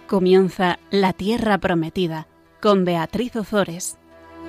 Comienza La Tierra Prometida con Beatriz Ozores.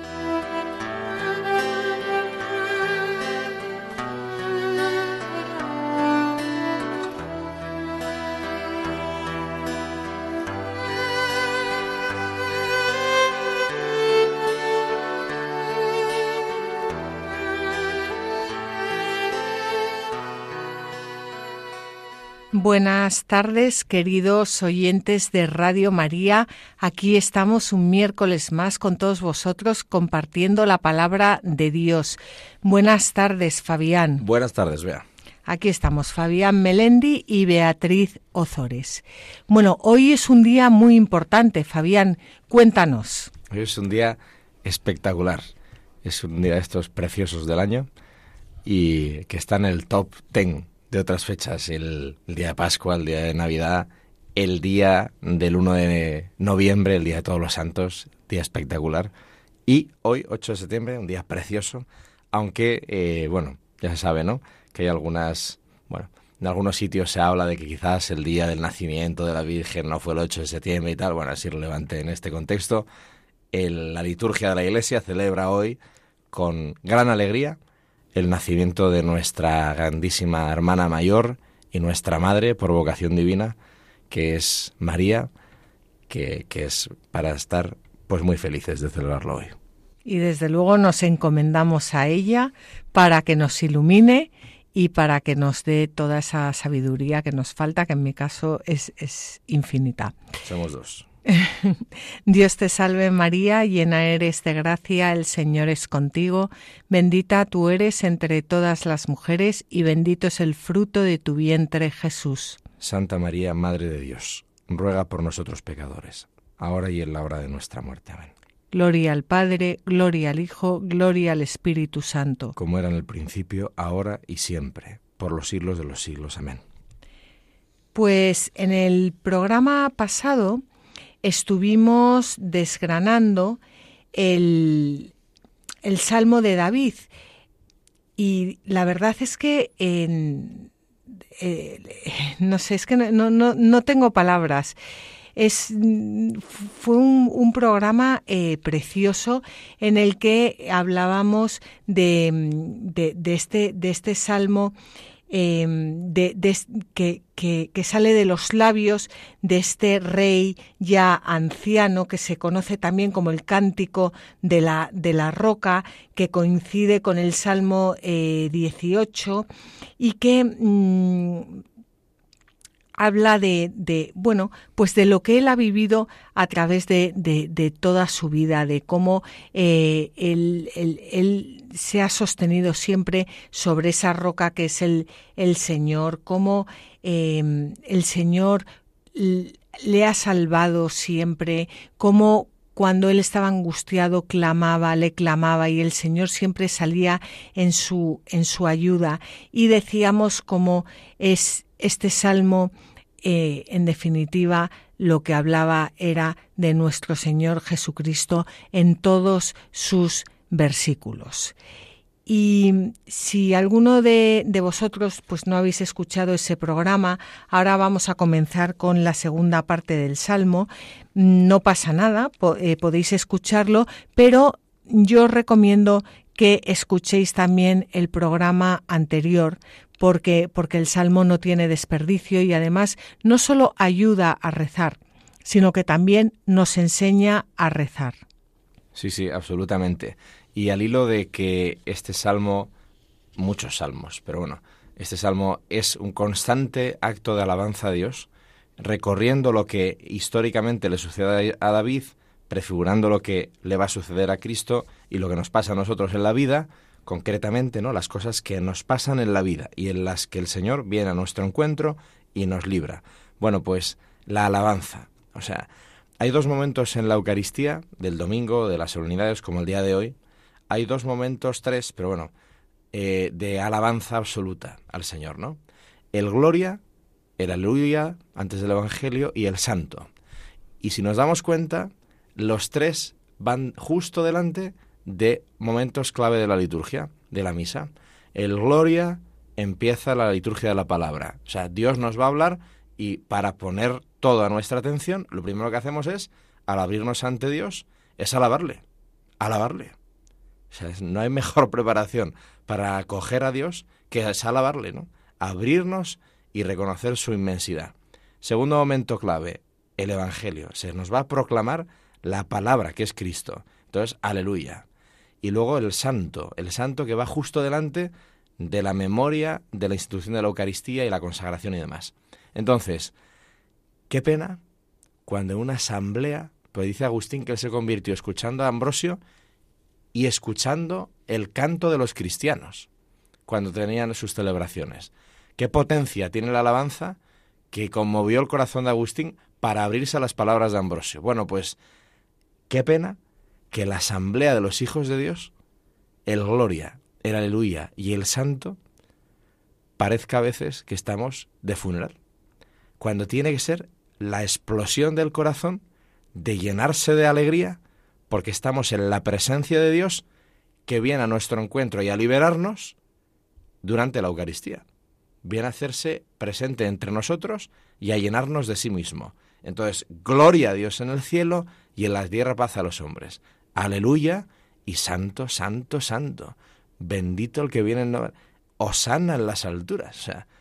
Buenas tardes, queridos oyentes de Radio María. Aquí estamos un miércoles más con todos vosotros compartiendo la palabra de Dios. Buenas tardes, Fabián. Buenas tardes, Bea. Aquí estamos, Fabián Melendi y Beatriz Ozores. Bueno, hoy es un día muy importante, Fabián. Cuéntanos. Hoy es un día espectacular. Es un día de estos preciosos del año y que está en el top 10 de otras fechas, el día de Pascua, el día de Navidad, el día del 1 de noviembre, el día de Todos los Santos, día espectacular. Y hoy, 8 de septiembre, un día precioso, aunque, ya se sabe, ¿no?, que hay en algunos sitios se habla de que quizás el día del nacimiento de la Virgen no fue el 8 de septiembre y tal. Bueno, es irrelevante en este contexto. La liturgia de la Iglesia celebra hoy con gran alegría el nacimiento de nuestra grandísima hermana mayor y nuestra madre por vocación divina, que es María, que es para estar pues muy felices de celebrarlo hoy. Y desde luego nos encomendamos a ella para que nos ilumine y para que nos dé toda esa sabiduría que nos falta, que en mi caso es infinita. Somos dos. Dios te salve María, llena eres de gracia, el Señor es contigo, bendita tú eres entre todas las mujeres y bendito es el fruto de tu vientre, Jesús. Santa María, Madre de Dios, ruega por nosotros pecadores, ahora y en la hora de nuestra muerte. Amén. Gloria al Padre, gloria al Hijo, gloria al Espíritu Santo. Como era en el principio, ahora y siempre, por los siglos de los siglos. Amén. Pues en el programa pasado estuvimos desgranando el Salmo de David y la verdad es que no tengo palabras. Fue un programa precioso en el que hablábamos de este salmo que sale de los labios de este rey ya anciano, que se conoce también como el Cántico de la Roca, que coincide con el Salmo 18 y que habla de lo que él ha vivido a través de toda su vida, de cómo él se ha sostenido siempre sobre esa roca que es el Señor, cómo el Señor le ha salvado siempre, cómo cuando él estaba angustiado le clamaba y el Señor siempre salía en su ayuda. Y decíamos cómo es este salmo, en definitiva, lo que hablaba era de nuestro Señor Jesucristo en todos sus versículos. Y si alguno de vosotros pues no habéis escuchado ese programa, ahora vamos a comenzar con la segunda parte del Salmo. No pasa nada, podéis escucharlo, pero yo os recomiendo que escuchéis también el programa anterior, porque el Salmo no tiene desperdicio y además no solo ayuda a rezar, sino que también nos enseña a rezar. Sí, absolutamente. Y al hilo de que este salmo, muchos salmos, pero bueno, este salmo es un constante acto de alabanza a Dios, recorriendo lo que históricamente le sucede a David, prefigurando lo que le va a suceder a Cristo y lo que nos pasa a nosotros en la vida, concretamente, ¿no?, las cosas que nos pasan en la vida y en las que el Señor viene a nuestro encuentro y nos libra. Bueno, pues la alabanza. O sea, hay dos momentos en la Eucaristía del domingo, de las solemnidades, como el día de hoy. Hay dos momentos, tres, pero bueno, de alabanza absoluta al Señor, ¿no? El gloria, el aleluya, antes del Evangelio, y el santo. Y si nos damos cuenta, los tres van justo delante de momentos clave de la liturgia, de la misa. El gloria empieza la liturgia de la palabra. O sea, Dios nos va a hablar Y para poner toda nuestra atención, lo primero que hacemos es, al abrirnos ante Dios, es alabarle. Alabarle. O sea, no hay mejor preparación para acoger a Dios que es alabarle, ¿no? Abrirnos y reconocer su inmensidad. Segundo momento clave, el Evangelio. Se nos va a proclamar la palabra que es Cristo. Entonces, aleluya. Y luego el santo que va justo delante de la memoria de la institución de la Eucaristía y la consagración y demás. Entonces, qué pena cuando en una asamblea, pues dice Agustín que él se convirtió escuchando a Ambrosio y escuchando el canto de los cristianos cuando tenían sus celebraciones. Qué potencia tiene la alabanza que conmovió el corazón de Agustín para abrirse a las palabras de Ambrosio. Bueno, pues qué pena que la asamblea de los hijos de Dios, el gloria, el aleluya y el santo, parezca a veces que estamos de funeral, cuando tiene que ser la explosión del corazón de llenarse de alegría porque estamos en la presencia de Dios que viene a nuestro encuentro y a liberarnos durante la Eucaristía. Viene a hacerse presente entre nosotros y a llenarnos de sí mismo. Entonces, gloria a Dios en el cielo y en la tierra paz a los hombres. Aleluya y santo, santo, santo. Bendito el que viene en nombre. Hosana en las alturas. O sea,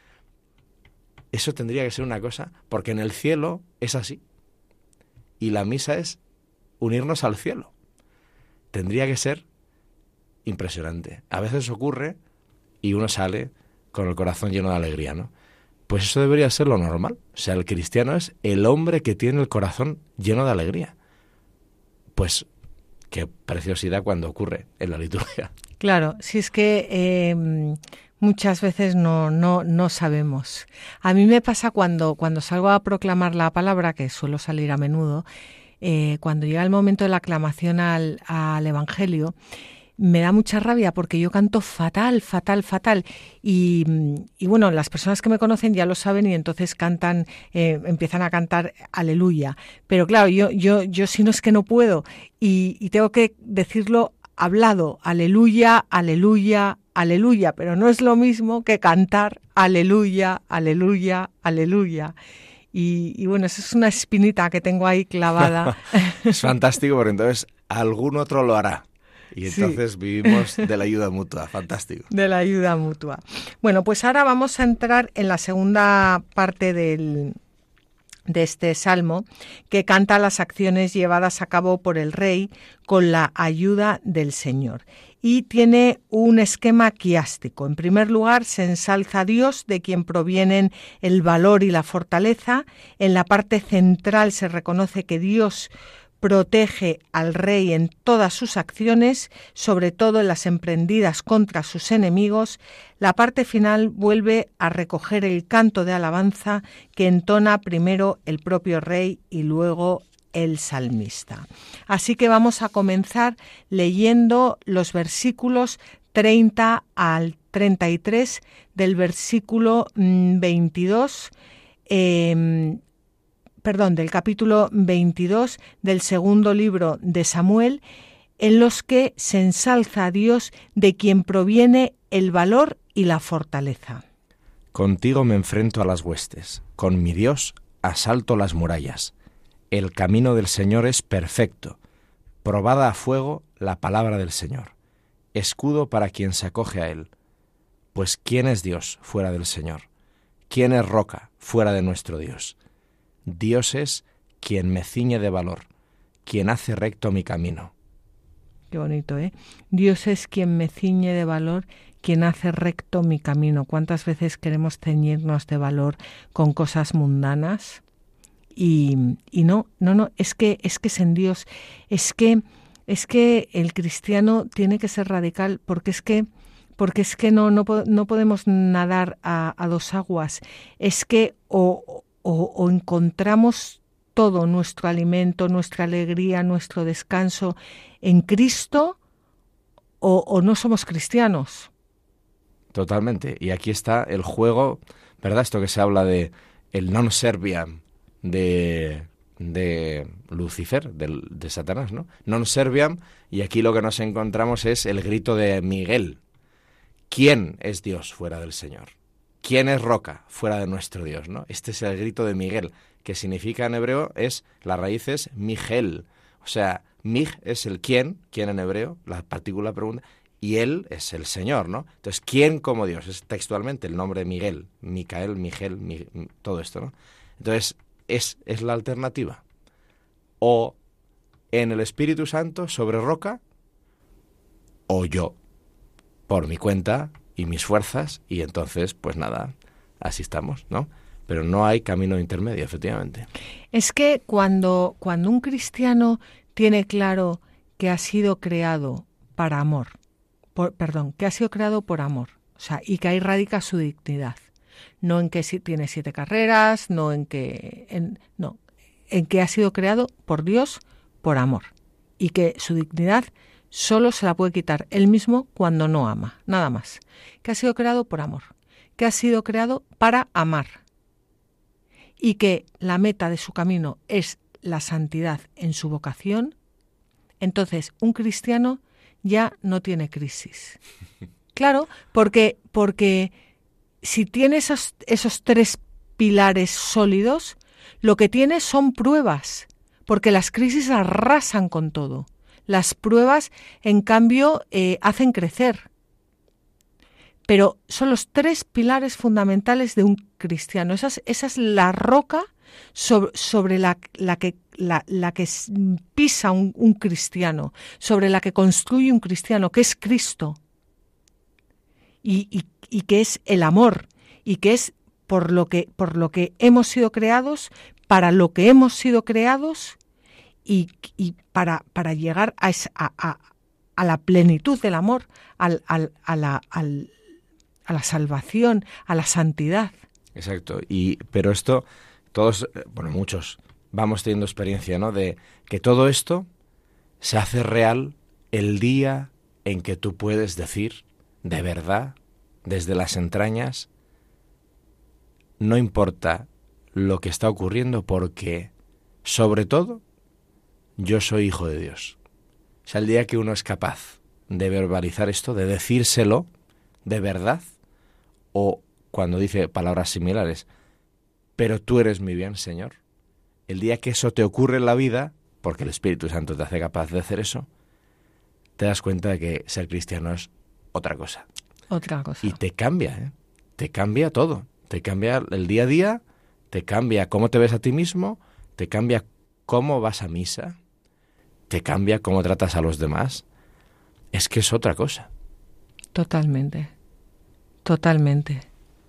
eso tendría que ser una cosa, porque en el cielo es así. Y la misa es unirnos al cielo. Tendría que ser impresionante. A veces ocurre y uno sale con el corazón lleno de alegría, ¿no? Pues eso debería ser lo normal. O sea, el cristiano es el hombre que tiene el corazón lleno de alegría. Pues qué preciosidad cuando ocurre en la liturgia. Claro, si es que muchas veces no sabemos. A mí me pasa cuando salgo a proclamar la palabra, que suelo salir a menudo, cuando llega el momento de la aclamación al Evangelio, me da mucha rabia porque yo canto fatal. Y bueno, las personas que me conocen ya lo saben y entonces cantan, empiezan a cantar aleluya. Pero claro, yo si no es que no puedo y tengo que decirlo hablado, aleluya, aleluya, aleluya. Pero no es lo mismo que cantar aleluya, aleluya, aleluya. Y bueno, eso es una espinita que tengo ahí clavada. Es fantástico porque entonces algún otro lo hará. Y entonces sí, vivimos de la ayuda mutua, fantástico. De la ayuda mutua. Bueno, pues ahora vamos a entrar en la segunda parte de este salmo, que canta las acciones llevadas a cabo por el rey con la ayuda del Señor. Y tiene un esquema quiástico. En primer lugar, se ensalza a Dios, de quien provienen el valor y la fortaleza. En la parte central se reconoce que Dios protege al rey en todas sus acciones, sobre todo en las emprendidas contra sus enemigos. La parte final vuelve a recoger el canto de alabanza que entona primero el propio rey y luego el salmista. Así que vamos a comenzar leyendo los versículos 30 al 33 del versículo 22, del capítulo 22 del segundo libro de Samuel, en los que se ensalza a Dios, de quien proviene el valor y la fortaleza. Contigo me enfrento a las huestes, con mi Dios asalto las murallas. El camino del Señor es perfecto, probada a fuego la palabra del Señor, escudo para quien se acoge a él. Pues ¿quién es Dios fuera del Señor? ¿Quién es roca fuera de nuestro Dios? Dios es quien me ciñe de valor, quien hace recto mi camino. Qué bonito, ¿eh? Dios es quien me ciñe de valor, quien hace recto mi camino. ¿Cuántas veces queremos ceñirnos de valor con cosas mundanas? Y no, es que es en Dios. Es que el cristiano tiene que ser radical, porque es que no podemos nadar a dos aguas. Es que o encontramos todo nuestro alimento, nuestra alegría, nuestro descanso en Cristo, o no somos cristianos. Totalmente. Y aquí está el juego, ¿verdad? Esto que se habla de el non serviam de Lucifer, de Satanás, ¿no? Non serviam, y aquí lo que nos encontramos es el grito de Miguel. ¿Quién es Dios fuera del Señor? ¿quién es roca fuera de nuestro Dios, ¿no? Este es el grito de Miguel, que significa en hebreo la raíz es Migel. O sea, Mig es el quién en hebreo, la partícula pregunta, y él es el Señor, ¿no? Entonces, ¿quién como Dios? Es textualmente el nombre de Miguel, Micael, Miguel, todo esto, ¿no? Entonces, es la alternativa. O en el Espíritu Santo sobre roca, o yo, por mi cuenta y mis fuerzas, y entonces, pues nada, así estamos, ¿no? Pero no hay camino intermedio, efectivamente. Es que cuando un cristiano tiene claro que ha sido creado para amor, que ha sido creado por amor, o sea, y que ahí radica su dignidad, no en que tiene 7 carreras, no en que en que ha sido creado por Dios por amor, y que su dignidad solo se la puede quitar él mismo cuando no ama, nada más. Que ha sido creado por amor, que ha sido creado para amar, y que la meta de su camino es la santidad en su vocación, entonces un cristiano ya no tiene crisis. Claro, porque si tiene esos 3 pilares sólidos, lo que tiene son pruebas, porque las crisis arrasan con todo. Las pruebas, en cambio, hacen crecer. Pero son los 3 pilares fundamentales de un cristiano. Esa es la roca sobre la que pisa un cristiano, sobre la que construye un cristiano, que es Cristo. Y que es el amor, y que es por lo que hemos sido creados, para lo que hemos sido creados, y para llegar a la plenitud del amor, a la salvación, a la santidad. Exacto. Pero esto, todos, muchos, vamos teniendo experiencia, ¿no? De que todo esto se hace real el día en que tú puedes decir, de verdad, desde las entrañas, no importa lo que está ocurriendo, porque, sobre todo, yo soy hijo de Dios. O sea, el día que uno es capaz de verbalizar esto, de decírselo de verdad, o cuando dice palabras similares, pero tú eres mi bien, Señor. El día que eso te ocurre en la vida, porque el Espíritu Santo te hace capaz de hacer eso, te das cuenta de que ser cristiano es otra cosa. Otra cosa. Y te cambia, ¿eh? Te cambia todo. Te cambia el día a día, te cambia cómo te ves a ti mismo, te cambia cómo vas a misa, te cambia cómo tratas a los demás. Es que es otra cosa. Totalmente. Totalmente.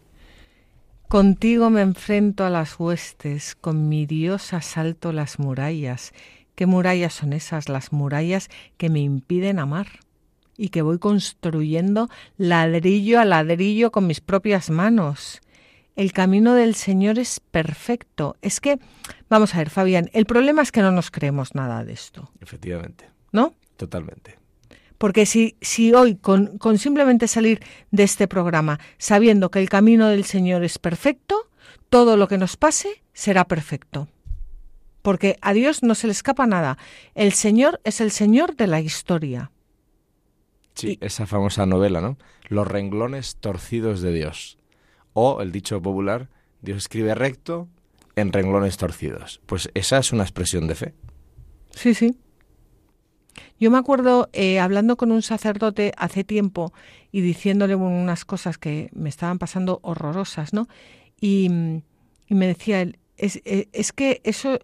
Contigo me enfrento a las huestes, con mi Dios asalto las murallas. ¿Qué murallas son esas? Las murallas que me impiden amar y que voy construyendo ladrillo a ladrillo con mis propias manos. El camino del Señor es perfecto. Es que, vamos a ver, Fabián, el problema es que no nos creemos nada de esto. Efectivamente. ¿No? Totalmente. Porque si hoy, con simplemente salir de este programa sabiendo que el camino del Señor es perfecto, todo lo que nos pase será perfecto. Porque a Dios no se le escapa nada. El Señor es el Señor de la historia. Sí, esa famosa novela, ¿no? Los renglones torcidos de Dios. O el dicho popular, Dios escribe recto en renglones torcidos. Pues esa es una expresión de fe. Sí, sí. Yo me acuerdo hablando con un sacerdote hace tiempo y diciéndole unas cosas que me estaban pasando horrorosas, ¿no? Y me decía él, es que eso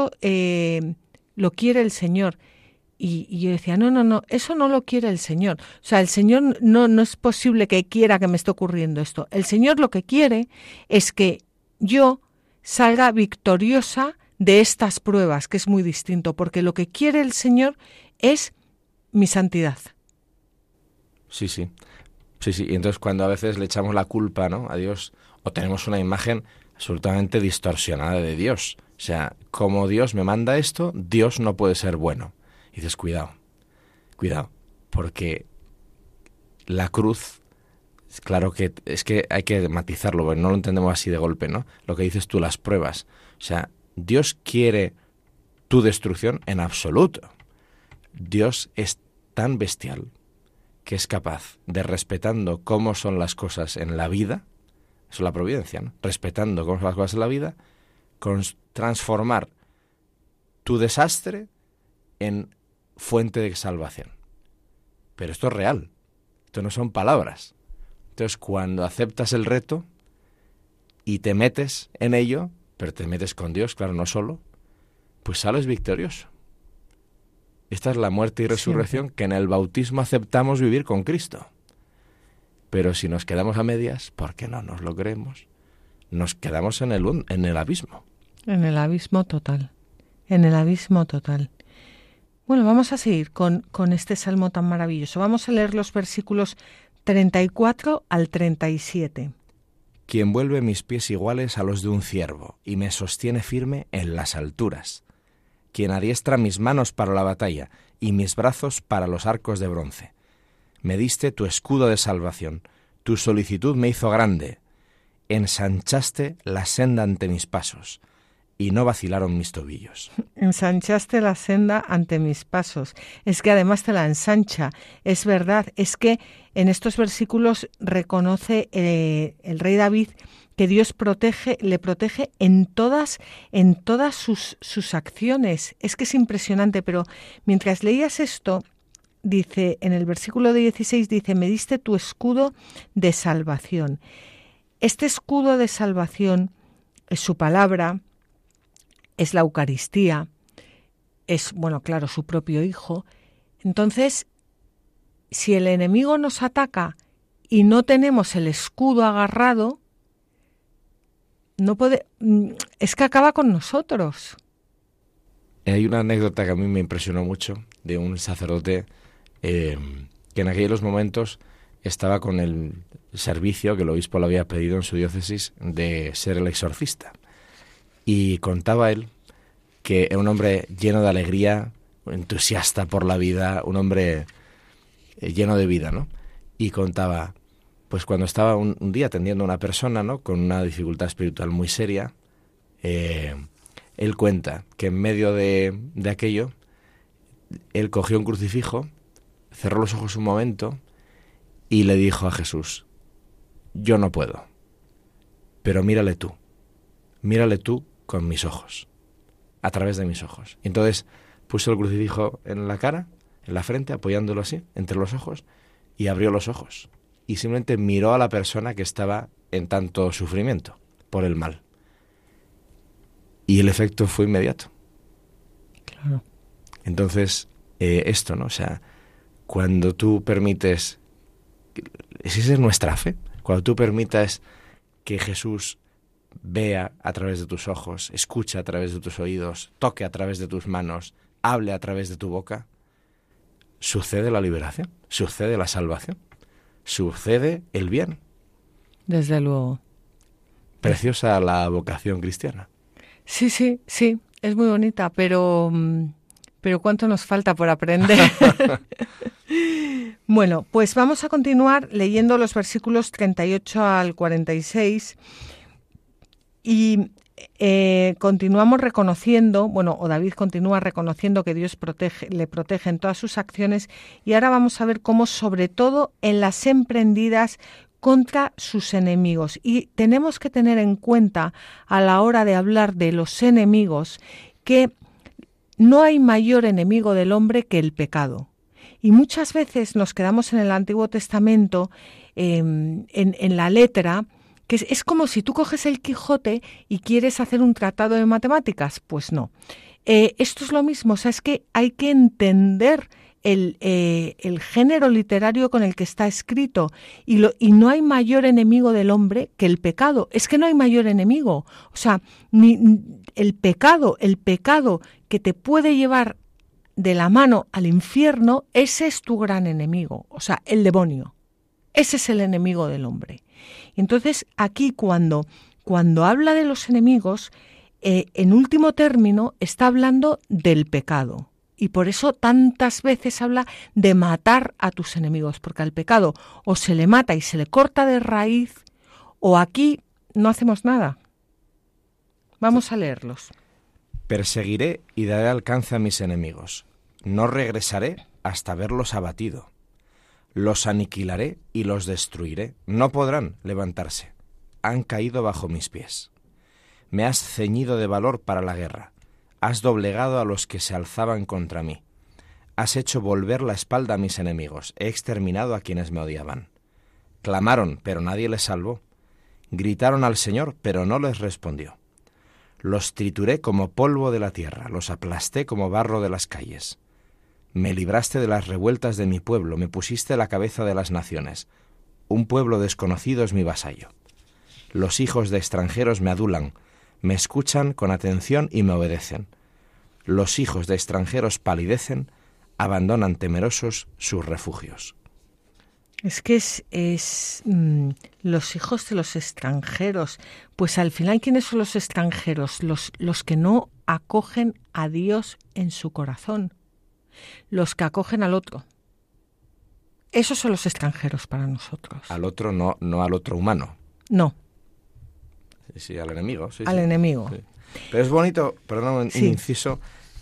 lo quiere el Señor. Y yo decía, no, eso no lo quiere el Señor. O sea, el Señor no es posible que quiera que me esté ocurriendo esto. El Señor lo que quiere es que yo salga victoriosa de estas pruebas, que es muy distinto, porque lo que quiere el Señor es mi santidad. Sí. Y entonces cuando a veces le echamos la culpa, ¿no?, a Dios, o tenemos una imagen absolutamente distorsionada de Dios. O sea, como Dios me manda esto, Dios no puede ser bueno. Y dices, cuidado, porque la cruz, claro que es que hay que matizarlo, porque no lo entendemos así de golpe, ¿no? Lo que dices tú, las pruebas. O sea, Dios quiere tu destrucción en absoluto. Dios es tan bestial que es capaz de, respetando cómo son las cosas en la vida, eso es la providencia, ¿no? Respetando cómo son las cosas de la vida, transformar tu desastre en fuente de salvación. Pero esto es real, esto no son palabras. Entonces, cuando aceptas el reto y te metes en ello, pero te metes con Dios, claro, no solo, pues sales victorioso. Esta es la muerte y resurrección que en el bautismo aceptamos vivir con Cristo. Pero si nos quedamos a medias, porque no nos lo creemos, nos quedamos en el abismo. En el abismo total. En el abismo total. Bueno, vamos a seguir con este salmo tan maravilloso. Vamos a leer los versículos 34 al 37. Quien vuelve mis pies iguales a los de un ciervo y me sostiene firme en las alturas. Quien adiestra mis manos para la batalla y mis brazos para los arcos de bronce. Me diste tu escudo de salvación, tu solicitud me hizo grande. Ensanchaste la senda ante mis pasos y no vacilaron mis tobillos. Ensanchaste la senda ante mis pasos. Es que además te la ensancha. Es verdad, es que en estos versículos reconoce el rey David que Dios le protege en todas sus acciones. Es que es impresionante, pero mientras leías esto, dice, en el versículo 16, dice, me diste tu escudo de salvación. Este escudo de salvación es su palabra, es la Eucaristía, es, bueno, claro, su propio Hijo. Entonces, si el enemigo nos ataca y no tenemos el escudo agarrado, es que acaba con nosotros. Hay una anécdota que a mí me impresionó mucho de un sacerdote que en aquellos momentos estaba con el servicio que el obispo le había pedido en su diócesis de ser el exorcista. Y contaba él que era un hombre lleno de alegría, entusiasta por la vida, un hombre lleno de vida, ¿no? Y contaba, pues cuando estaba un día atendiendo a una persona, ¿no?, con una dificultad espiritual muy seria, él cuenta que en medio de aquello, él cogió un crucifijo, cerró los ojos un momento y le dijo a Jesús, yo no puedo, pero mírale tú con mis ojos, a través de mis ojos. Y entonces puso el crucifijo en la cara, en la frente, apoyándolo así, entre los ojos, y abrió los ojos. Y simplemente miró a la persona que estaba en tanto sufrimiento por el mal. Y el efecto fue inmediato. Claro. Entonces, esto, ¿no? O sea, cuando tú permites, esa es nuestra fe, cuando tú permitas que Jesús vea a través de tus ojos, escuche a través de tus oídos, toque a través de tus manos, hable a través de tu boca, sucede la liberación, sucede la salvación, sucede el bien. Desde luego. Preciosa la vocación cristiana. Sí, es muy bonita, pero ¿cuánto nos falta por aprender? Bueno, pues vamos a continuar leyendo los versículos 38 al 46 y continuamos reconociendo, o David continúa reconociendo que Dios le protege en todas sus acciones, y ahora vamos a ver cómo, sobre todo en las emprendidas contra sus enemigos. Y tenemos que tener en cuenta a la hora de hablar de los enemigos que no hay mayor enemigo del hombre que el pecado. Y muchas veces nos quedamos en el Antiguo Testamento, en la letra, que es como si tú coges el Quijote y quieres hacer un tratado de matemáticas. Pues no. Esto es lo mismo, o sea, es que hay que entender el género literario con el que está escrito, y no hay mayor enemigo del hombre que el pecado. Es que no hay mayor enemigo. O sea, el pecado que te puede llevar de la mano al infierno, ese es tu gran enemigo, o sea, el demonio. Ese es el enemigo del hombre. Entonces, aquí cuando habla de los enemigos, en último término está hablando del pecado. Y por eso tantas veces habla de matar a tus enemigos, porque al pecado o se le mata y se le corta de raíz, o aquí no hacemos nada. Vamos a leerlos. Perseguiré y daré alcance a mis enemigos. No regresaré hasta verlos abatido. Los aniquilaré y los destruiré. No podrán levantarse. han caído bajo mis pies. Me has ceñido de valor para la guerra. Has doblegado a los que se alzaban contra mí. Has hecho volver la espalda a mis enemigos. He exterminado a quienes me odiaban. Clamaron, pero nadie les salvó. Gritaron al Señor, pero no les respondió. Los trituré como polvo de la tierra, los aplasté como barro de las calles. Me libraste de las revueltas de mi pueblo, me pusiste a la cabeza de las naciones. Un pueblo desconocido es mi vasallo. Los hijos de extranjeros me adulan, me escuchan con atención y me obedecen. Los hijos de extranjeros palidecen, abandonan temerosos sus refugios. Es que es los hijos de los extranjeros. Pues al final, ¿quiénes son los extranjeros? Los que no acogen a Dios en su corazón. Los que acogen al otro. Esos son los extranjeros para nosotros. Al otro, no al otro humano. No. Sí, al enemigo. Sí, al sí. enemigo. Sí. Pero es bonito, perdón, un sí. inciso,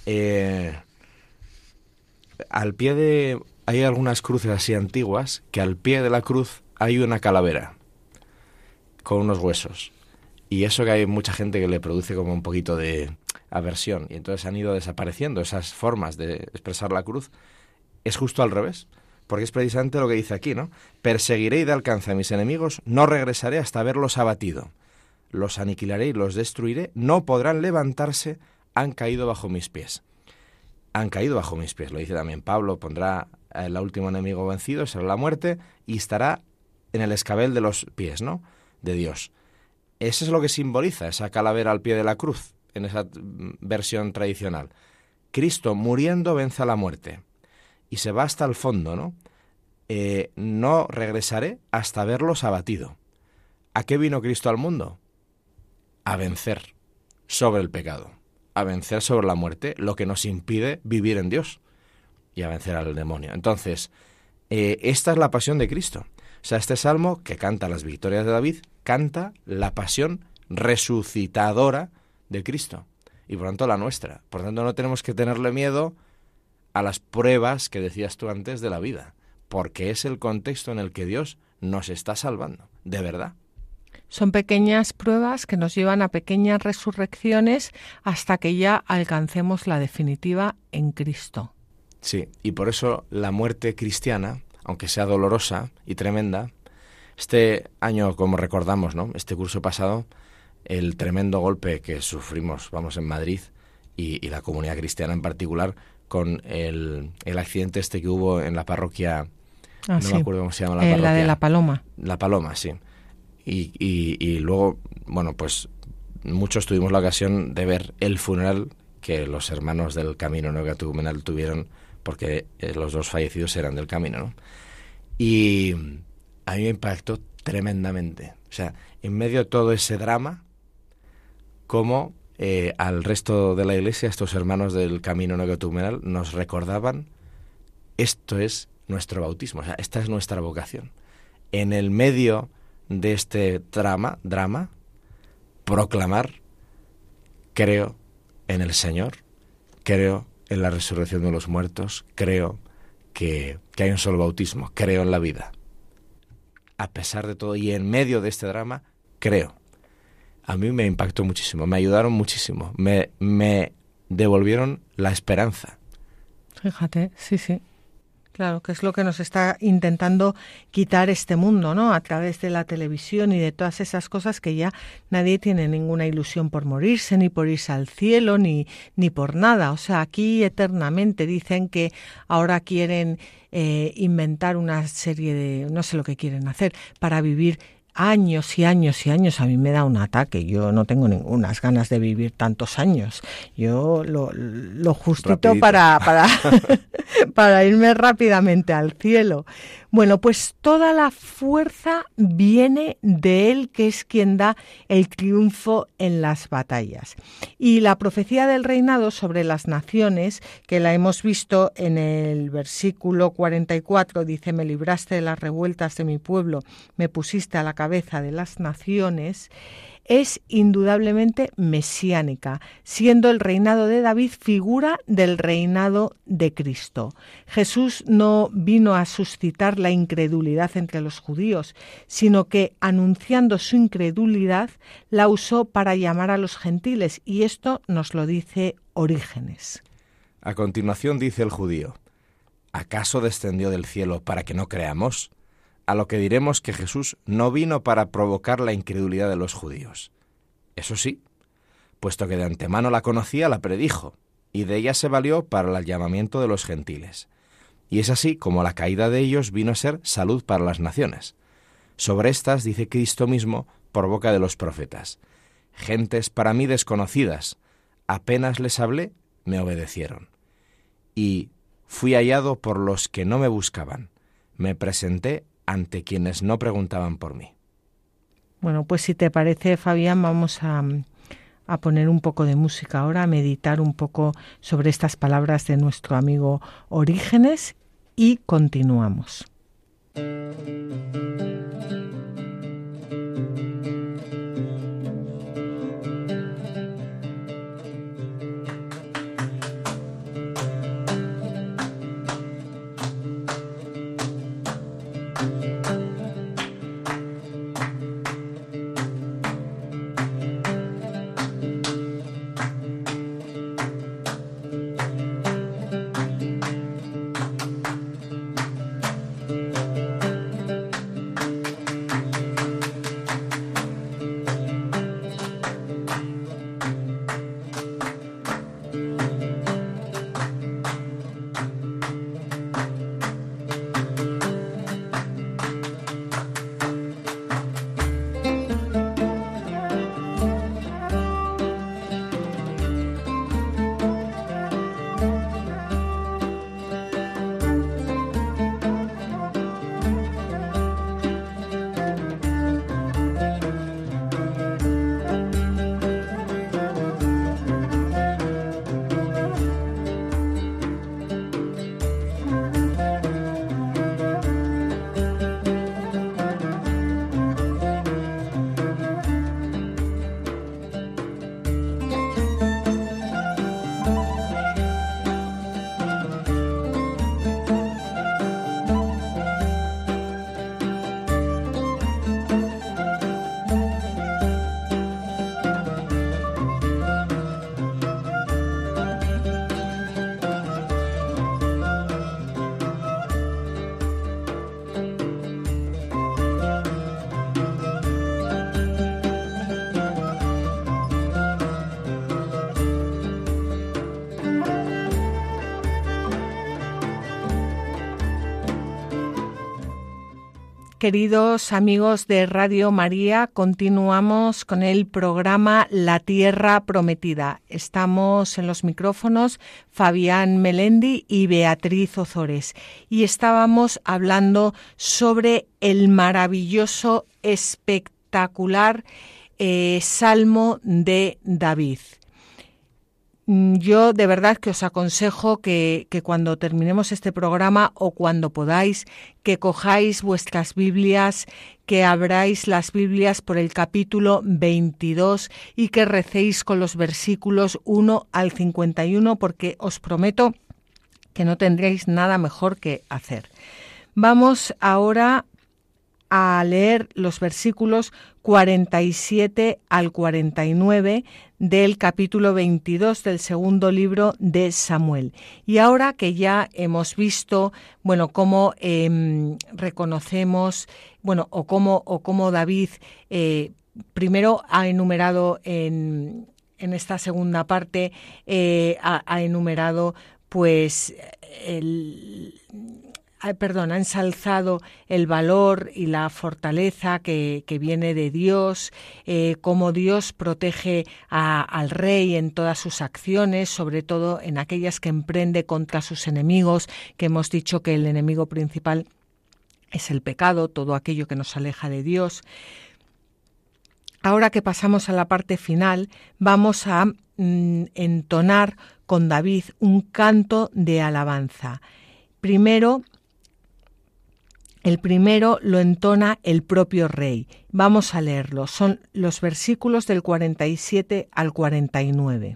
al pie de... Hay algunas cruces así antiguas que al pie de la cruz hay una calavera con unos huesos. Y eso que hay mucha gente que le produce como un poquito de aversión. Y entonces han ido desapareciendo esas formas de expresar la cruz. Es justo al revés. Porque es precisamente lo que dice aquí, ¿no? Perseguiré y de alcance a mis enemigos, no regresaré hasta haberlos abatido. Los aniquilaré y los destruiré, no podrán levantarse, han caído bajo mis pies. Han caído bajo mis pies, lo dice también Pablo, pondrá el último enemigo vencido, será la muerte, y estará en el escabel de los pies, ¿no?, de Dios. Eso es lo que simboliza esa calavera al pie de la cruz, en esa versión tradicional. Cristo muriendo vence a la muerte, y se va hasta el fondo, ¿no? No regresaré hasta verlos abatido. ¿A qué vino Cristo al mundo? A vencer sobre el pecado, a vencer sobre la muerte, lo que nos impide vivir en Dios, y a vencer al demonio. Entonces, esta es la pasión de Cristo. O sea, este salmo que canta las victorias de David, canta la pasión resucitadora de Cristo, y por tanto la nuestra. Por tanto, no tenemos que tenerle miedo a las pruebas que decías tú antes de la vida, porque es el contexto en el que Dios nos está salvando, de verdad. Son pequeñas pruebas que nos llevan a pequeñas resurrecciones hasta que ya alcancemos la definitiva en Cristo. Sí, y por eso la muerte cristiana, aunque sea dolorosa y tremenda, este año, como recordamos, ¿no?, este curso pasado, el tremendo golpe que sufrimos, en Madrid, y la comunidad cristiana en particular, con el accidente este que hubo en la parroquia, sí. me acuerdo cómo se llama la parroquia. La de La Paloma. La Paloma, sí. Y luego, pues muchos tuvimos la ocasión de ver el funeral que los hermanos del Camino Neocatecumenal tuvieron, porque los dos fallecidos eran del Camino, ¿no? Y a mí me impactó tremendamente. O sea, en medio de todo ese drama, como al resto de la Iglesia, estos hermanos del Camino Neocatecumenal nos recordaban, esto es nuestro bautismo, o sea, esta es nuestra vocación. En el medio de este drama, proclamar, creo en el Señor, creo en la resurrección de los muertos, creo que hay un solo bautismo, creo en la vida. A pesar de todo y en medio de este drama, creo. A mí me impactó muchísimo, me ayudaron muchísimo, me devolvieron la esperanza. Fíjate, sí. Claro, que es lo que nos está intentando quitar este mundo, ¿no? A través de la televisión y de todas esas cosas que ya nadie tiene ninguna ilusión por morirse, ni por irse al cielo, ni por nada. O sea, aquí eternamente dicen que ahora quieren inventar una serie de... no sé lo que quieren hacer para vivir años y años y años. A mí me da un ataque, yo no tengo ningunas ganas de vivir tantos años. Yo lo justito para irme rápidamente al cielo. Bueno, pues toda la fuerza viene de Él, que es quien da el triunfo en las batallas. Y la profecía del reinado sobre las naciones, que la hemos visto en el versículo 44, dice: me libraste de las revueltas de mi pueblo, me pusiste a la cabeza de las naciones. es indudablemente mesiánica, siendo el reinado de David figura del reinado de Cristo. Jesús no vino a suscitar la incredulidad entre los judíos, sino que, anunciando su incredulidad, la usó para llamar a los gentiles, y esto nos lo dice Orígenes. A continuación dice el judío: ¿acaso descendió del cielo para que no creamos? A lo que diremos que Jesús no vino para provocar la incredulidad de los judíos. Eso sí, puesto que de antemano la conocía, la predijo, y de ella se valió para el llamamiento de los gentiles. Y es así como la caída de ellos vino a ser salud para las naciones. Sobre estas dice Cristo mismo por boca de los profetas: gentes para mí desconocidas, apenas les hablé, me obedecieron. Y fui hallado por los que no me buscaban, me presenté ante quienes no preguntaban por mí. Bueno, pues si te parece, Fabián, vamos a poner un poco de música ahora, a meditar un poco sobre estas palabras de nuestro amigo Orígenes y continuamos. Queridos amigos de Radio María, continuamos con el programa La Tierra Prometida. Estamos en los micrófonos Fabián Melendi y Beatriz Ozores y estábamos hablando sobre el maravilloso, espectacular Salmo de David. Yo de verdad que os aconsejo que cuando terminemos este programa o cuando podáis, que cojáis vuestras Biblias, que abráis las Biblias por el capítulo 22 y que recéis con los versículos 1 al 51, porque os prometo que no tendréis nada mejor que hacer. Vamos ahora a leer los versículos 47 al 49 del capítulo 22 del segundo libro de Samuel. Y ahora que ya hemos visto, cómo reconocemos, o cómo David primero ha enumerado en esta segunda parte, ha enumerado ha ensalzado el valor y la fortaleza que viene de Dios, cómo Dios protege al rey en todas sus acciones, sobre todo en aquellas que emprende contra sus enemigos, que hemos dicho que el enemigo principal es el pecado, todo aquello que nos aleja de Dios. Ahora que pasamos a la parte final, vamos a entonar con David un canto de alabanza. Primero, El primero lo entona el propio rey. Vamos a leerlo. Son los versículos del 47 al 49.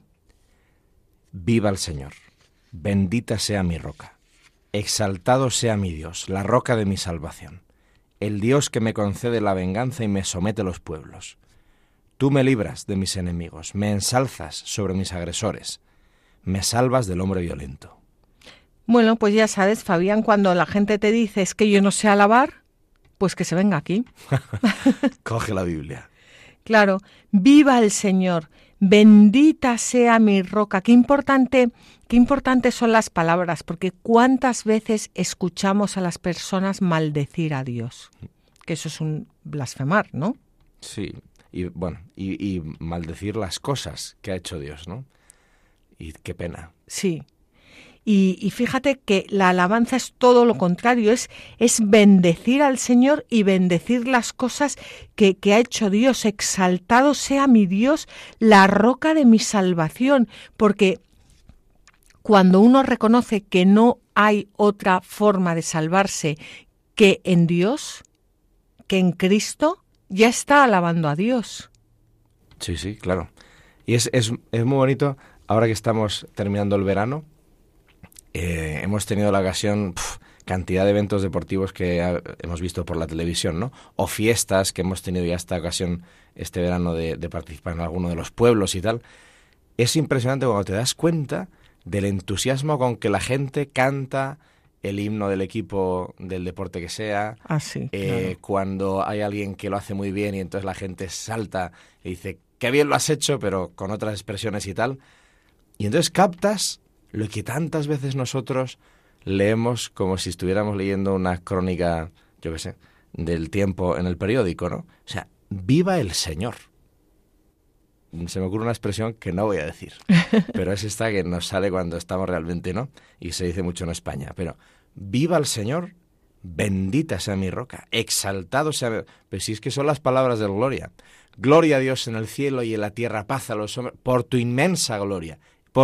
Viva el Señor, bendita sea mi roca, exaltado sea mi Dios, la roca de mi salvación, el Dios que me concede la venganza y me somete a los pueblos. Tú me libras de mis enemigos, me ensalzas sobre mis agresores, me salvas del hombre violento. Bueno, pues ya sabes, Fabián, cuando la gente te dice es que yo no sé alabar, pues que se venga aquí. Coge la Biblia. Claro, viva el Señor, bendita sea mi roca. Qué importantes son las palabras, porque cuántas veces escuchamos a las personas maldecir a Dios. Que eso es un blasfemar, ¿no? Sí, y bueno, y maldecir las cosas que ha hecho Dios, ¿no? Y qué pena. Sí. Y fíjate que la alabanza es todo lo contrario, es bendecir al Señor y bendecir las cosas que ha hecho Dios. Exaltado sea mi Dios, la roca de mi salvación, porque cuando uno reconoce que no hay otra forma de salvarse que en Dios, que en Cristo, ya está alabando a Dios. Sí, sí, claro. Y es muy bonito, ahora que estamos terminando el verano, hemos tenido la ocasión, cantidad de eventos deportivos que hemos visto por la televisión, ¿no? O fiestas que hemos tenido ya esta ocasión este verano de participar en alguno de los pueblos y tal. Es impresionante cuando te das cuenta del entusiasmo con que la gente canta el himno del equipo del deporte que sea. Ah, sí, claro. Cuando hay alguien que lo hace muy bien y entonces la gente salta y dice, qué bien lo has hecho, pero con otras expresiones y tal. Y entonces captas lo que tantas veces nosotros leemos como si estuviéramos leyendo una crónica, yo qué sé, del tiempo en el periódico, ¿no? O sea, ¡viva el Señor! Se me ocurre una expresión que no voy a decir, pero es esta que nos sale cuando estamos realmente, ¿no? Y se dice mucho en España, pero ¡viva el Señor! Bendita sea mi roca, exaltado sea... Pero si es que son las palabras del Gloria. Gloria a Dios en el cielo y en la tierra, paz a los hombres, por tu inmensa gloria,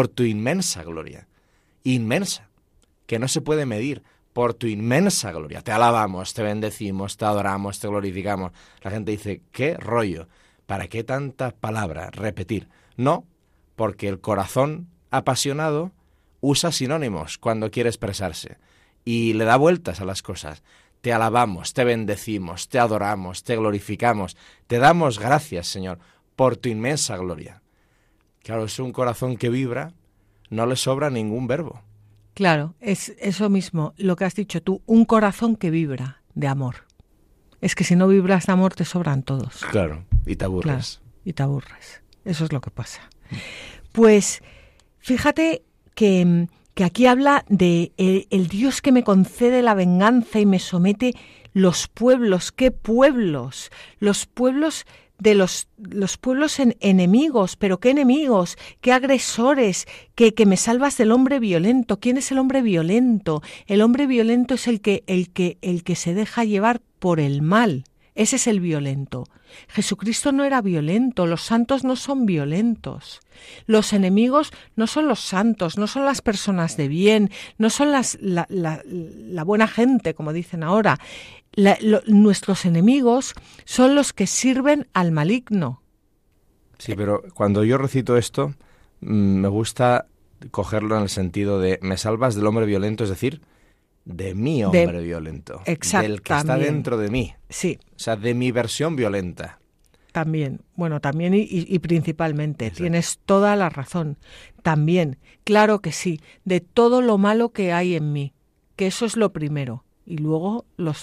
inmensa, que no se puede medir, por tu inmensa gloria. Te alabamos, te bendecimos, te adoramos, te glorificamos. La gente dice, ¿qué rollo? ¿Para qué tanta palabra repetir? No, porque el corazón apasionado usa sinónimos cuando quiere expresarse y le da vueltas a las cosas. Te alabamos, te bendecimos, te adoramos, te glorificamos, te damos gracias, Señor, por tu inmensa gloria. Claro, es un corazón que vibra, no le sobra ningún verbo. Claro, es eso mismo, lo que has dicho tú, un corazón que vibra de amor. Es que si no vibras de amor te sobran todos. Claro, y te aburres. Claro, y te aburres. Eso es lo que pasa. Pues fíjate que aquí habla de el Dios que me concede la venganza y me somete los pueblos. ¿Qué pueblos? Los pueblos de los pueblos enemigos. ¿Pero qué enemigos? ¿Qué agresores? Que me salvas del hombre violento. ¿Quién es el hombre violento? El hombre violento es el que se deja llevar por el mal. Ese es el violento. Jesucristo no era violento, los santos no son violentos. Los enemigos no son los santos, no son las personas de bien, no son la buena gente, como dicen ahora. Nuestros enemigos son los que sirven al maligno. Sí, pero cuando yo recito esto, me gusta cogerlo en el sentido de me salvas del hombre violento, es decir, de mi hombre violento, del que está dentro de mí. Sí. O sea, de mi versión violenta. También, bueno, también y principalmente, Exacto. Tienes toda la razón. También, claro que sí, de todo lo malo que hay en mí, que eso es lo primero. Y luego los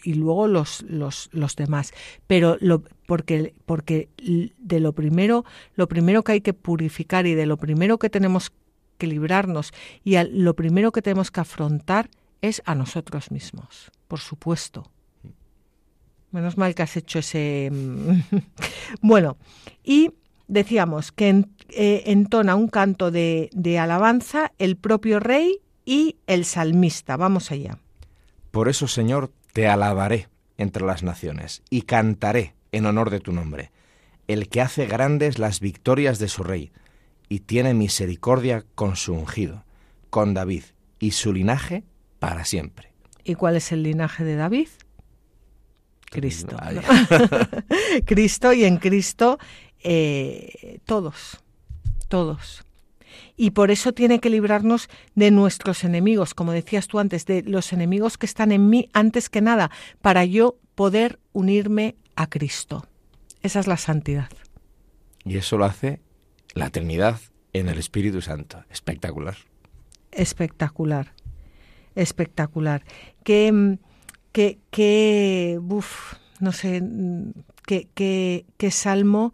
demás, pero porque de lo primero que hay que purificar y de lo primero que tenemos que librarnos y lo primero que tenemos que afrontar es a nosotros mismos, por supuesto. Menos mal que has hecho ese... Bueno, y decíamos que entona un canto de alabanza el propio rey y el salmista. Vamos allá. Por eso, Señor, te alabaré entre las naciones y cantaré en honor de tu nombre, el que hace grandes las victorias de su rey y tiene misericordia con su ungido, con David y su linaje para siempre. ¿Y cuál es el linaje de David? Cristo. ¿No? Cristo, y en Cristo todos. Y por eso tiene que librarnos de nuestros enemigos, como decías tú antes, de los enemigos que están en mí antes que nada, para yo poder unirme a Cristo. Esa es la santidad. Y eso lo hace la Trinidad en el Espíritu Santo. Espectacular. Espectacular. No sé, qué salmo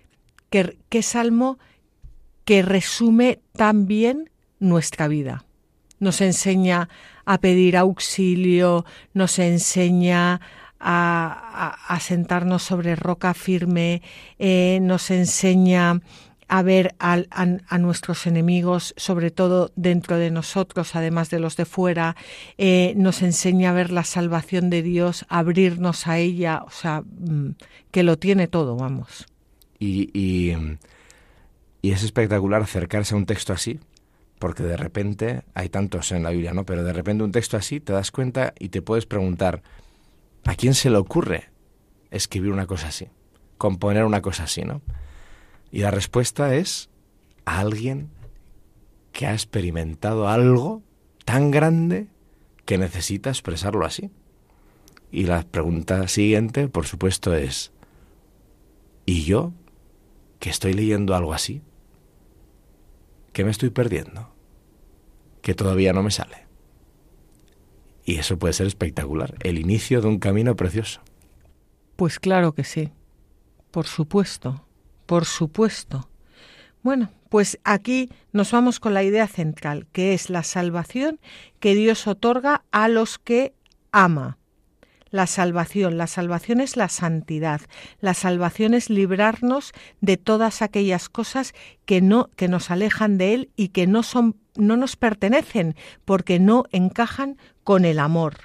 que resume tan bien nuestra vida. Nos enseña a pedir auxilio, nos enseña a sentarnos sobre roca firme, nos enseña a ver a nuestros enemigos, sobre todo dentro de nosotros, además de los de fuera, nos enseña a ver la salvación de Dios, a abrirnos a ella, o sea, que lo tiene todo, vamos. Y es espectacular acercarse a un texto así, porque de repente, hay tantos en la Biblia, ¿no? Pero de repente un texto así te das cuenta y te puedes preguntar, ¿a quién se le ocurre escribir una cosa así? Componer una cosa así, ¿no? Y la respuesta es a alguien que ha experimentado algo tan grande que necesita expresarlo así. Y la pregunta siguiente, por supuesto, es, ¿y yo, que estoy leyendo algo así, qué me estoy perdiendo? Que todavía no me sale. Y eso puede ser espectacular, el inicio de un camino precioso. Pues claro que sí, por supuesto. Por supuesto. Bueno, pues aquí nos vamos con la idea central, que es la salvación que Dios otorga a los que ama. La salvación es la santidad. La salvación es librarnos de todas aquellas cosas que nos alejan de Él y que no nos pertenecen, porque no encajan con el amor,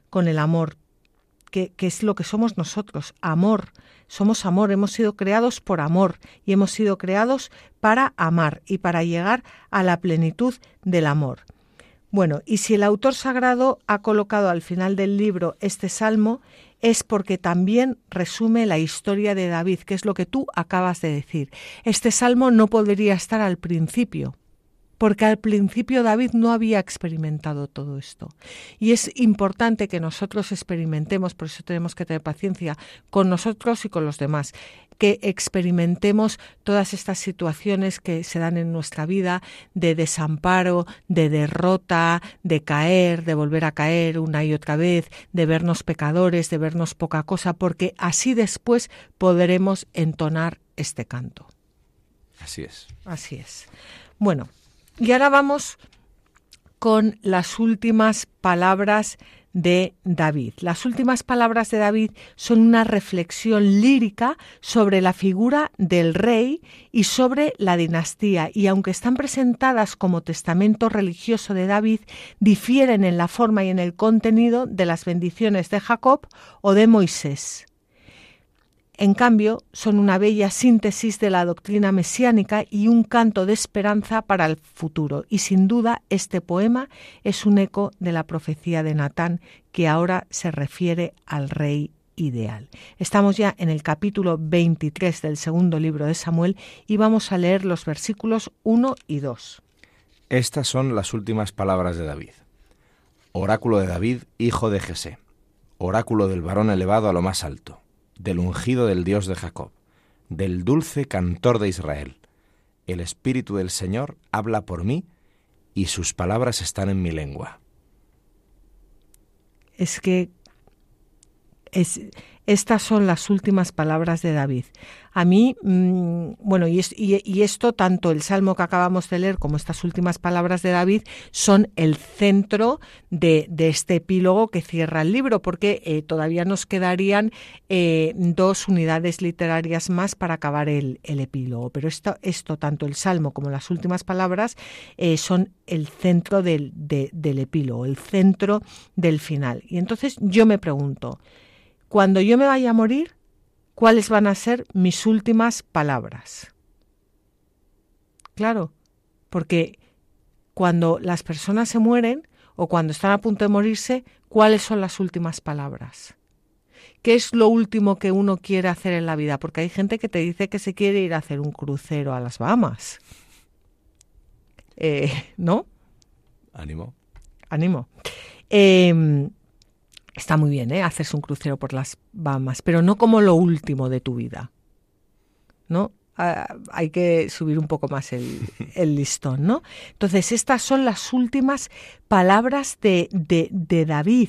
que es lo que somos nosotros, amor. Somos amor, hemos sido creados por amor y hemos sido creados para amar y para llegar a la plenitud del amor. Bueno, y si el autor sagrado ha colocado al final del libro este salmo, es porque también resume la historia de David, que es lo que tú acabas de decir. Este salmo no podría estar al principio, porque al principio David no había experimentado todo esto. Y es importante que nosotros experimentemos, por eso tenemos que tener paciencia con nosotros y con los demás, que experimentemos todas estas situaciones que se dan en nuestra vida de desamparo, de derrota, de caer, de volver a caer una y otra vez, de vernos pecadores, de vernos poca cosa, porque así después podremos entonar este canto. Así es. Así es. Bueno, y ahora vamos con las últimas palabras de David. Las últimas palabras de David son una reflexión lírica sobre la figura del rey y sobre la dinastía, y aunque están presentadas como testamento religioso de David, difieren en la forma y en el contenido de las bendiciones de Jacob o de Moisés. En cambio, son una bella síntesis de la doctrina mesiánica y un canto de esperanza para el futuro. Y sin duda, este poema es un eco de la profecía de Natán, que ahora se refiere al rey ideal. Estamos ya en el capítulo 23 del segundo libro de Samuel y vamos a leer los versículos 1 y 2. Estas son las últimas palabras de David. Oráculo de David, hijo de Jesé. Oráculo del varón elevado a lo más alto, del ungido del Dios de Jacob, del dulce cantor de Israel. El Espíritu del Señor habla por mí y sus palabras están en mi lengua. Estas son las últimas palabras de David. A mí, y esto, tanto el salmo que acabamos de leer como estas últimas palabras de David, son el centro de este epílogo que cierra el libro, porque todavía nos quedarían 2 unidades literarias más para acabar el epílogo. Pero esto, tanto el salmo como las últimas palabras, son el centro del epílogo, el centro del final. Y entonces yo me pregunto, cuando yo me vaya a morir, ¿cuáles van a ser mis últimas palabras? Claro, porque cuando las personas se mueren, o cuando están a punto de morirse, ¿cuáles son las últimas palabras? ¿Qué es lo último que uno quiere hacer en la vida? Porque hay gente que te dice que se quiere ir a hacer un crucero a las Bahamas. ¿No? Ánimo. Está muy bien, hacerse un crucero por las Bahamas, pero no como lo último de tu vida, ¿no? Hay que subir un poco más el listón, ¿no? Entonces, estas son las últimas palabras de David,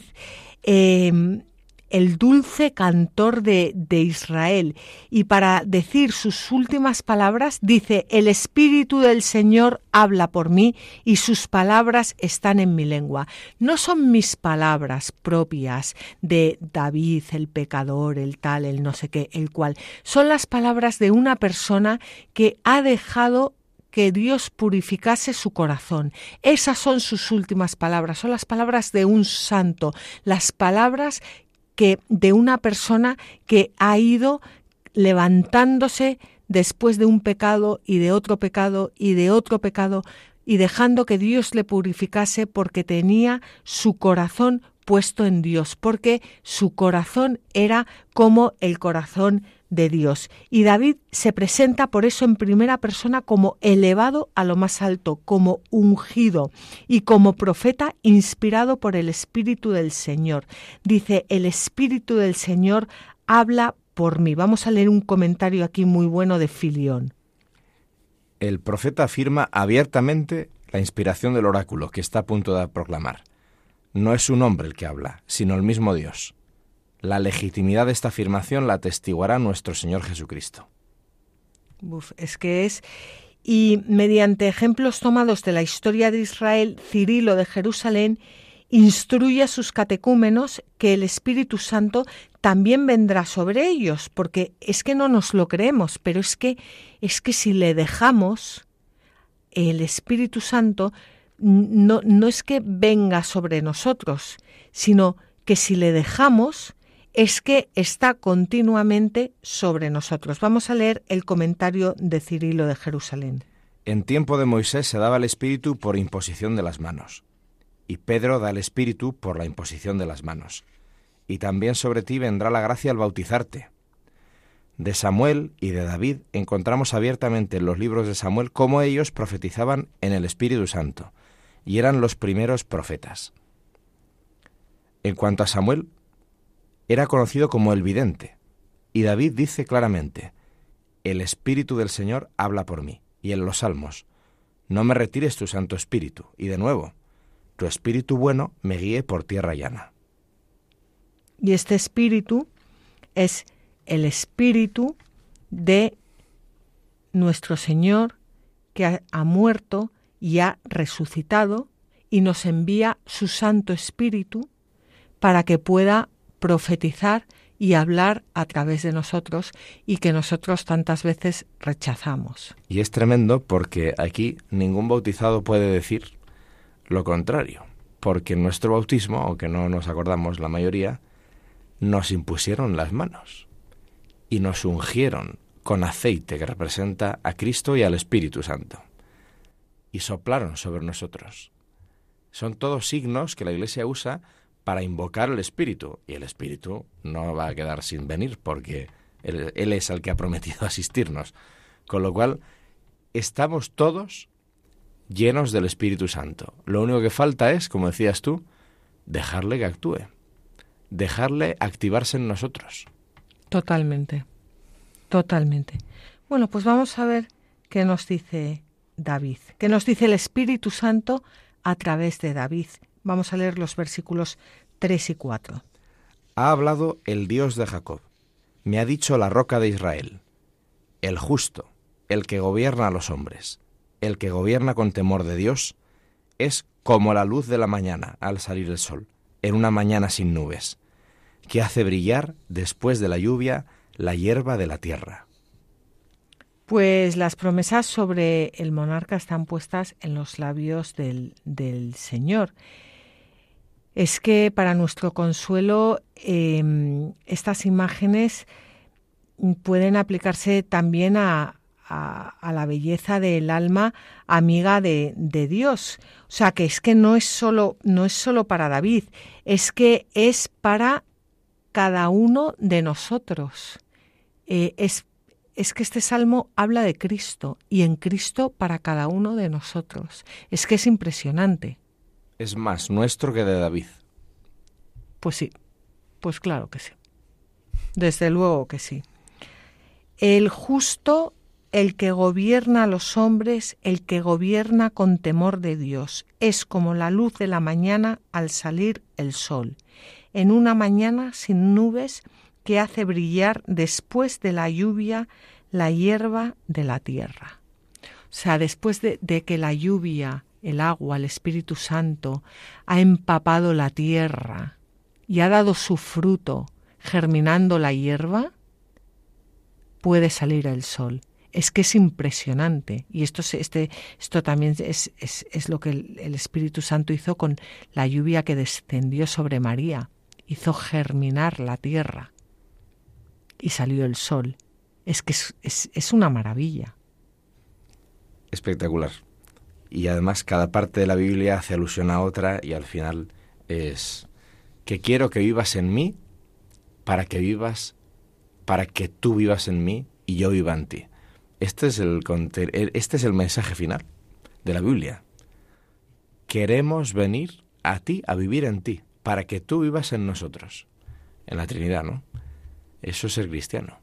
el dulce cantor de Israel. Y para decir sus últimas palabras, dice: el Espíritu del Señor habla por mí y sus palabras están en mi lengua. No son mis palabras propias de David, el pecador, el tal, el no sé qué, el cual. Son las palabras de una persona que ha dejado que Dios purificase su corazón. Esas son sus últimas palabras, son las palabras de un santo, las palabras que de una persona que ha ido levantándose después de un pecado y de otro pecado y de otro pecado y dejando que Dios le purificase porque tenía su corazón puesto en Dios, porque su corazón era como el corazón de Dios. Y David se presenta por eso en primera persona como elevado a lo más alto, como ungido y como profeta inspirado por el Espíritu del Señor. Dice: el Espíritu del Señor habla por mí. Vamos a leer un comentario aquí muy bueno de Filión. El profeta afirma abiertamente la inspiración del oráculo que está a punto de proclamar. No es un hombre el que habla, sino el mismo Dios. La legitimidad de esta afirmación la atestiguará nuestro Señor Jesucristo. Es que es... Y mediante ejemplos tomados de la historia de Israel, Cirilo de Jerusalén instruye a sus catecúmenos que el Espíritu Santo también vendrá sobre ellos, porque es que no nos lo creemos, pero es que si le dejamos, el Espíritu Santo no es que venga sobre nosotros, sino que si le dejamos, es que está continuamente sobre nosotros. Vamos a leer el comentario de Cirilo de Jerusalén. En tiempo de Moisés se daba el Espíritu por imposición de las manos, y Pedro da el Espíritu por la imposición de las manos. Y también sobre ti vendrá la gracia al bautizarte. De Samuel y de David encontramos abiertamente en los libros de Samuel cómo ellos profetizaban en el Espíritu Santo, y eran los primeros profetas. En cuanto a Samuel, era conocido como el vidente, y David dice claramente: el Espíritu del Señor habla por mí. Y en los Salmos: no me retires tu Santo Espíritu. Y de nuevo: tu Espíritu bueno me guíe por tierra llana. Y este Espíritu es el Espíritu de nuestro Señor, que ha muerto y ha resucitado, y nos envía su Santo Espíritu para que pueda profetizar y hablar a través de nosotros, y que nosotros tantas veces rechazamos. Y es tremendo porque aquí ningún bautizado puede decir lo contrario, porque en nuestro bautismo, aunque no nos acordamos la mayoría, nos impusieron las manos y nos ungieron con aceite que representa a Cristo y al Espíritu Santo, y soplaron sobre nosotros. Son todos signos que la Iglesia usa para invocar el Espíritu, y el Espíritu no va a quedar sin venir porque Él es el que ha prometido asistirnos. Con lo cual, estamos todos llenos del Espíritu Santo. Lo único que falta es, como decías tú, dejarle que actúe, dejarle activarse en nosotros. Totalmente, totalmente. Bueno, pues vamos a ver qué nos dice David, qué nos dice el Espíritu Santo a través de David. Vamos a leer los versículos 3 y 4. Ha hablado el Dios de Jacob, me ha dicho la roca de Israel, el justo, el que gobierna a los hombres, el que gobierna con temor de Dios, es como la luz de la mañana al salir el sol, en una mañana sin nubes, que hace brillar después de la lluvia la hierba de la tierra. Pues las promesas sobre el monarca están puestas en los labios del Señor. Es que para nuestro consuelo estas imágenes pueden aplicarse también a a la belleza del alma amiga de Dios. O sea, que es que no es solo para David, es que es para cada uno de nosotros. Es que este salmo habla de Cristo y en Cristo para cada uno de nosotros. Es que es impresionante. Es más nuestro que de David. Pues sí, pues claro que sí. Desde luego que sí. El justo, el que gobierna a los hombres, el que gobierna con temor de Dios, es como la luz de la mañana al salir el sol, en una mañana sin nubes que hace brillar después de la lluvia la hierba de la tierra. O sea, después de que la lluvia, el agua, el Espíritu Santo ha empapado la tierra y ha dado su fruto, germinando la hierba, puede salir el sol. Es que es impresionante. Y esto también es lo que el Espíritu Santo hizo con la lluvia que descendió sobre María. Hizo germinar la tierra y salió el sol. Es que es una maravilla. Espectacular. Y además cada parte de la Biblia hace alusión a otra y al final es que quiero que vivas en mí para que tú vivas en mí y yo viva en ti. Este es el mensaje final de la Biblia. Queremos venir a ti, a vivir en ti, para que tú vivas en nosotros. En la Trinidad, ¿no? Eso es ser cristiano.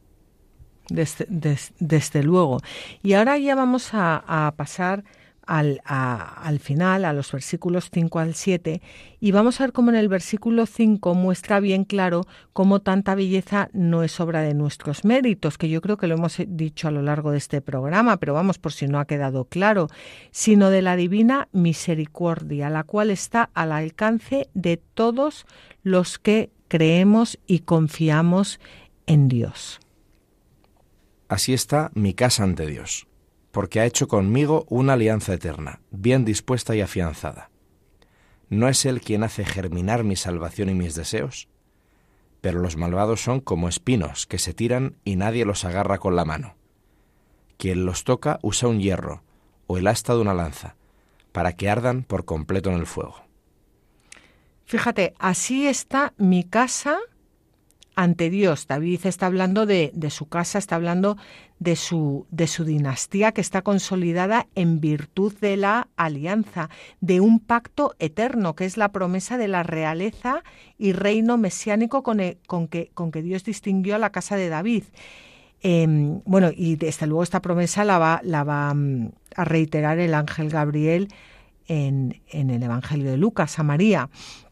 Desde luego. Y ahora ya vamos a pasar al final, a los versículos 5 al 7, y vamos a ver cómo en el versículo 5 muestra bien claro cómo tanta belleza no es obra de nuestros méritos, que yo creo que lo hemos dicho a lo largo de este programa, pero vamos, por si no ha quedado claro, sino de la divina misericordia, la cual está al alcance de todos los que creemos y confiamos en Dios. Así está mi casa ante Dios, porque ha hecho conmigo una alianza eterna, bien dispuesta y afianzada. ¿No es Él quien hace germinar mi salvación y mis deseos? Pero los malvados son como espinos que se tiran y nadie los agarra con la mano. Quien los toca usa un hierro o el asta de una lanza, para que ardan por completo en el fuego. Fíjate, así está mi casa ante Dios. David está hablando de su casa, está hablando de su dinastía que está consolidada en virtud de la alianza, de un pacto eterno, que es la promesa de la realeza y reino mesiánico con que Dios distinguió a la casa de David. Y desde luego esta promesa la va a reiterar el ángel Gabriel en el Evangelio de Lucas a María.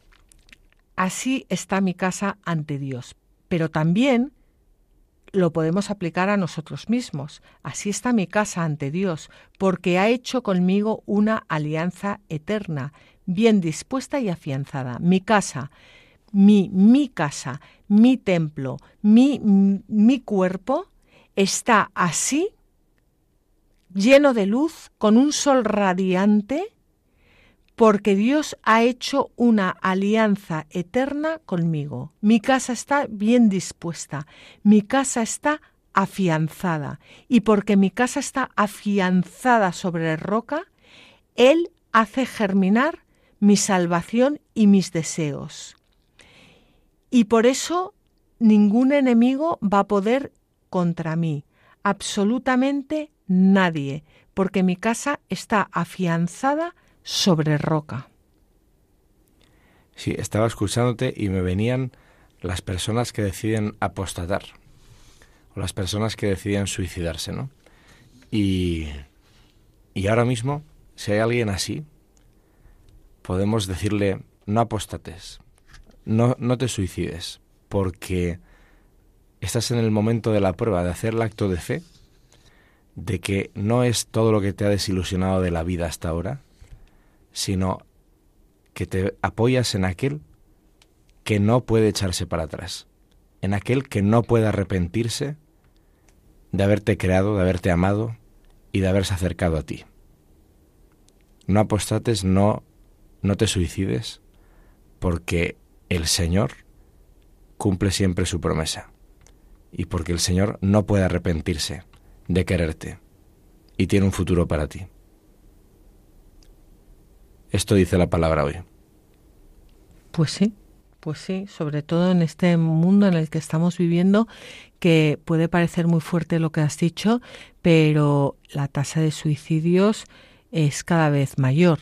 Así está mi casa ante Dios. Pero también lo podemos aplicar a nosotros mismos. Así está mi casa ante Dios, porque ha hecho conmigo una alianza eterna, bien dispuesta y afianzada. Mi casa, mi casa, mi templo, mi cuerpo está así, lleno de luz, con un sol radiante, porque Dios ha hecho una alianza eterna conmigo. Mi casa está bien dispuesta, mi casa está afianzada. Y porque mi casa está afianzada sobre roca, Él hace germinar mi salvación y mis deseos. Y por eso ningún enemigo va a poder contra mí, absolutamente nadie, porque mi casa está afianzada sobre roca. Sí, estaba escuchándote y me venían las personas que deciden apostatar o las personas que deciden suicidarse, ¿no? Y ahora mismo, si hay alguien así, podemos decirle, no apostates, no te suicides, porque estás en el momento de la prueba, de hacer el acto de fe, de que no es todo lo que te ha desilusionado de la vida hasta ahora, sino que te apoyas en aquel que no puede echarse para atrás, en aquel que no puede arrepentirse de haberte creado, de haberte amado y de haberse acercado a ti. No apostates, no te suicides, porque el Señor cumple siempre su promesa y porque el Señor no puede arrepentirse de quererte y tiene un futuro para ti. Esto dice la palabra hoy. Pues sí, sobre todo en este mundo en el que estamos viviendo, que puede parecer muy fuerte lo que has dicho, pero la tasa de suicidios es cada vez mayor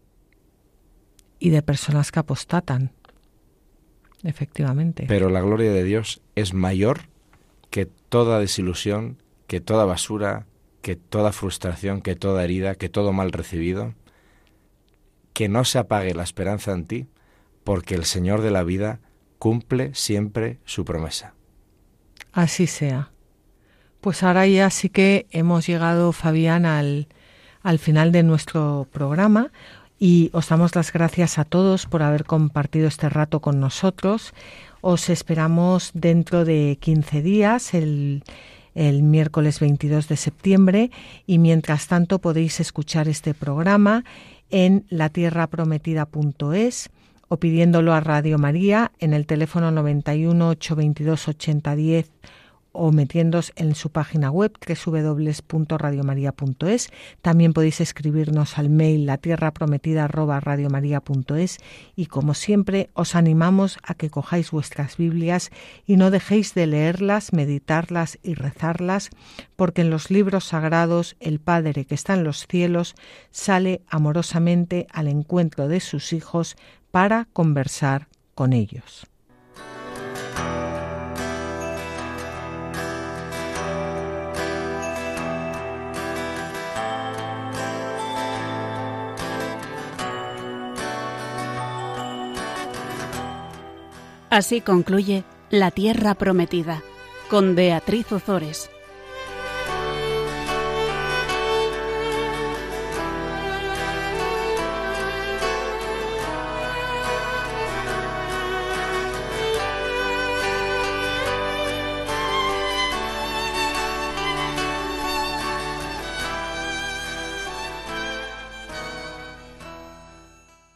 y de personas que apostatan, efectivamente. Pero la gloria de Dios es mayor que toda desilusión, que toda basura, que toda frustración, que toda herida, que todo mal recibido. Que no se apague la esperanza en ti, porque el Señor de la vida cumple siempre su promesa. Así sea. Pues ahora ya sí que hemos llegado, Fabián, al final de nuestro programa y os damos las gracias a todos por haber compartido este rato con nosotros. Os esperamos dentro de 15 días, el miércoles 22 de septiembre, y mientras tanto podéis escuchar este programa en latierraprometida.es o pidiéndolo a Radio María en el teléfono 91 822 8010 o metiéndoos en su página web www.radiomaria.es. También podéis escribirnos al mail latierraprometida@radiomaria.es y como siempre os animamos a que cojáis vuestras Biblias y no dejéis de leerlas, meditarlas y rezarlas, porque en los libros sagrados el Padre que está en los cielos sale amorosamente al encuentro de sus hijos para conversar con ellos. Así concluye La Tierra Prometida, con Beatriz Ozores.